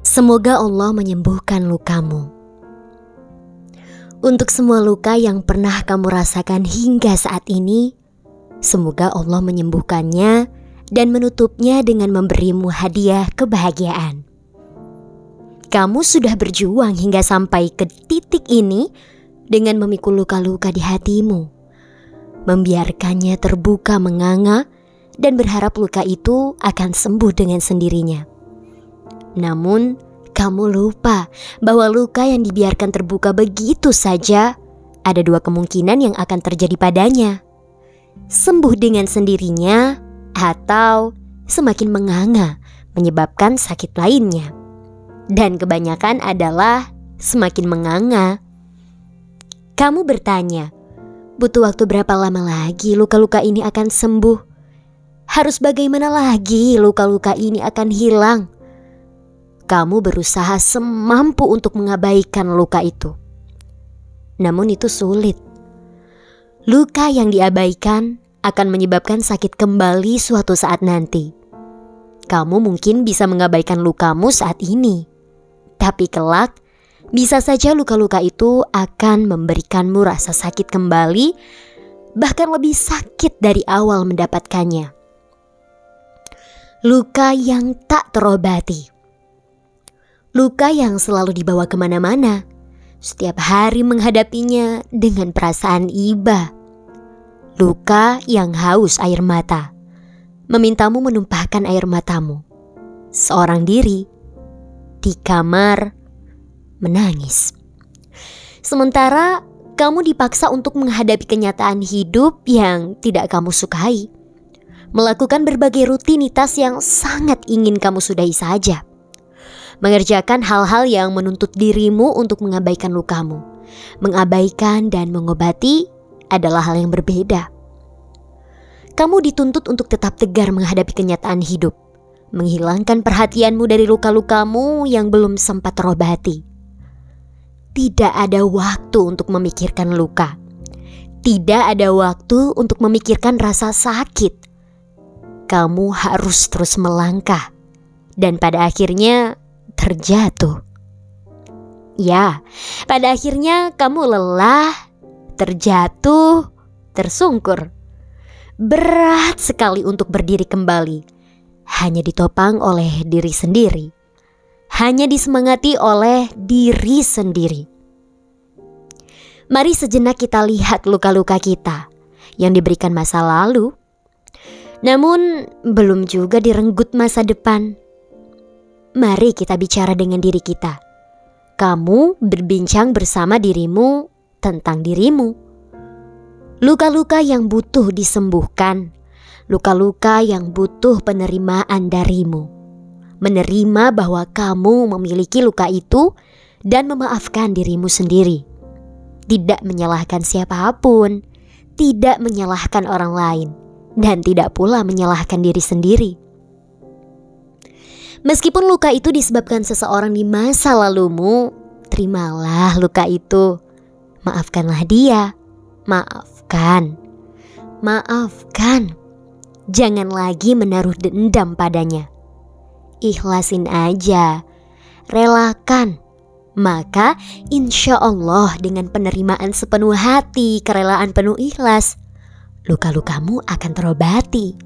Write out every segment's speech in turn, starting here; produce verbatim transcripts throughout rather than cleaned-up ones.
Semoga Allah menyembuhkan lukamu. Untuk semua luka yang pernah kamu rasakan hingga saat ini, semoga Allah menyembuhkannya dan menutupnya dengan memberimu hadiah kebahagiaan. Kamu sudah berjuang hingga sampai ke titik ini dengan memikul luka-luka di hatimu, membiarkannya terbuka menganga dan berharap luka itu akan sembuh dengan sendirinya. Namun, kamu lupa bahwa luka yang dibiarkan terbuka begitu saja, ada dua kemungkinan yang akan terjadi padanya. Sembuh dengan sendirinya atau semakin menganga menyebabkan sakit lainnya. Dan kebanyakan adalah semakin menganga. Kamu bertanya, butuh waktu berapa lama lagi luka-luka ini akan sembuh? Harus bagaimana lagi luka-luka ini akan hilang? Kamu berusaha semampu untuk mengabaikan luka itu. Namun itu sulit. Luka yang diabaikan akan menyebabkan sakit kembali suatu saat nanti. Kamu mungkin bisa mengabaikan lukamu saat ini, tapi kelak bisa saja luka-luka itu akan memberikanmu rasa sakit kembali, bahkan lebih sakit dari awal mendapatkannya. Luka yang tak terobati. Luka yang selalu dibawa kemana-mana, setiap hari menghadapinya dengan perasaan iba. Luka yang haus air mata, memintamu menumpahkan air matamu. Seorang diri, di kamar, menangis. Sementara kamu dipaksa untuk menghadapi kenyataan hidup yang tidak kamu sukai. Melakukan berbagai rutinitas yang sangat ingin kamu sudahi saja. Mengerjakan hal-hal yang menuntut dirimu untuk mengabaikan lukamu. Mengabaikan dan mengobati adalah hal yang berbeda. Kamu dituntut untuk tetap tegar menghadapi kenyataan hidup. Menghilangkan perhatianmu dari luka-lukamu yang belum sempat terobati. Tidak ada waktu untuk memikirkan luka. Tidak ada waktu untuk memikirkan rasa sakit. Kamu harus terus melangkah. Dan pada akhirnya terjatuh. Ya, pada akhirnya kamu lelah, terjatuh, tersungkur. Berat sekali untuk berdiri kembali. Hanya ditopang oleh diri sendiri. Hanya disemangati oleh diri sendiri. Mari sejenak kita lihat luka-luka kita yang diberikan masa lalu, namun belum juga direnggut masa depan. Mari kita bicara dengan diri kita. Kamu berbincang bersama dirimu tentang dirimu. Luka-luka yang butuh disembuhkan. Luka-luka yang butuh penerimaan darimu. Menerima bahwa kamu memiliki luka itu dan memaafkan dirimu sendiri. Tidak menyalahkan siapapun, tidak menyalahkan orang lain, dan tidak pula menyalahkan diri sendiri. Meskipun luka itu disebabkan seseorang di masa lalumu, terimalah luka itu. Maafkanlah dia. Maafkan. Maafkan. Jangan lagi menaruh dendam padanya. Ikhlasin aja. Relakan. Maka insya Allah dengan penerimaan sepenuh hati, kerelaan penuh ikhlas, luka-lukamu akan terobati.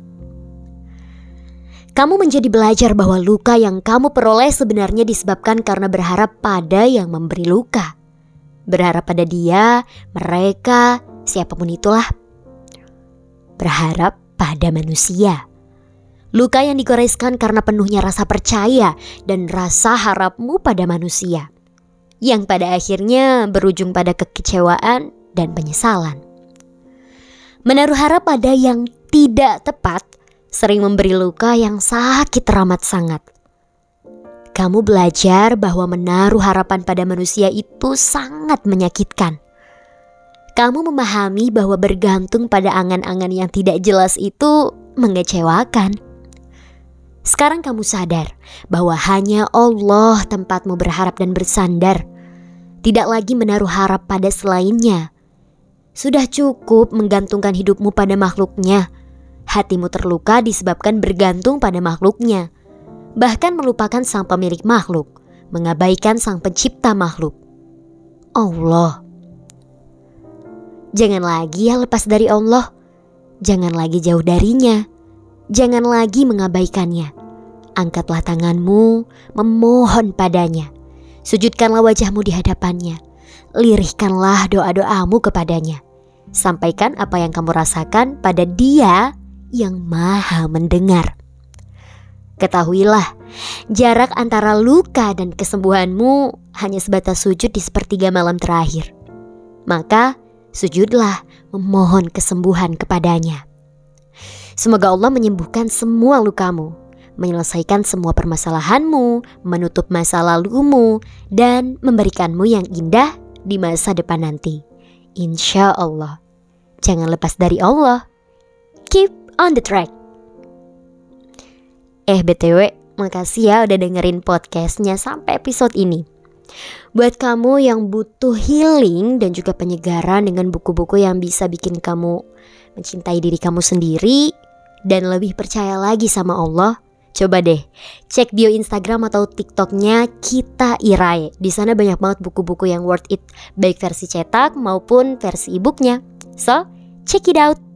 Kamu menjadi belajar bahwa luka yang kamu peroleh sebenarnya disebabkan karena berharap pada yang memberi luka. Berharap pada dia, mereka, siapapun itulah. Berharap pada manusia. Luka yang digoreskan karena penuhnya rasa percaya dan rasa harapmu pada manusia. Yang pada akhirnya berujung pada kekecewaan dan penyesalan. Menaruh harap pada yang tidak tepat sering memberi luka yang sakit teramat sangat. Kamu belajar bahwa menaruh harapan pada manusia itu sangat menyakitkan. Kamu memahami bahwa bergantung pada angan-angan yang tidak jelas itu mengecewakan. Sekarang kamu sadar bahwa hanya Allah tempatmu berharap dan bersandar. Tidak lagi menaruh harap pada selainnya. Sudah cukup menggantungkan hidupmu pada makhluknya. Hatimu terluka disebabkan bergantung pada makhluknya. Bahkan melupakan sang pemilik makhluk, mengabaikan sang pencipta makhluk, Allah. Jangan lagi ya lepas dari Allah. Jangan lagi jauh darinya. Jangan lagi mengabaikannya. Angkatlah tanganmu, memohon padanya. Sujudkanlah wajahmu di hadapannya. Lirihkanlah doa-doamu kepadanya. Sampaikan apa yang kamu rasakan pada Dia yang Maha Mendengar. Ketahuilah, jarak antara luka dan kesembuhanmu hanya sebatas sujud di sepertiga malam terakhir. Maka sujudlah memohon kesembuhan kepadanya. Semoga Allah menyembuhkan semua lukamu, menyelesaikan semua permasalahanmu, menutup masa lalumu, dan memberikanmu yang indah di masa depan nanti. Insya Allah. Jangan lepas dari Allah. Keep on the track. Eh B T W, makasih ya udah dengerin podcastnya sampai episode ini. Buat kamu yang butuh healing dan juga penyegaran dengan buku-buku yang bisa bikin kamu mencintai diri kamu sendiri dan lebih percaya lagi sama Allah, coba deh cek bio Instagram atau TikToknya Kita Irae. Di sana banyak banget buku-buku yang worth it, baik versi cetak maupun versi e-booknya. So, check it out.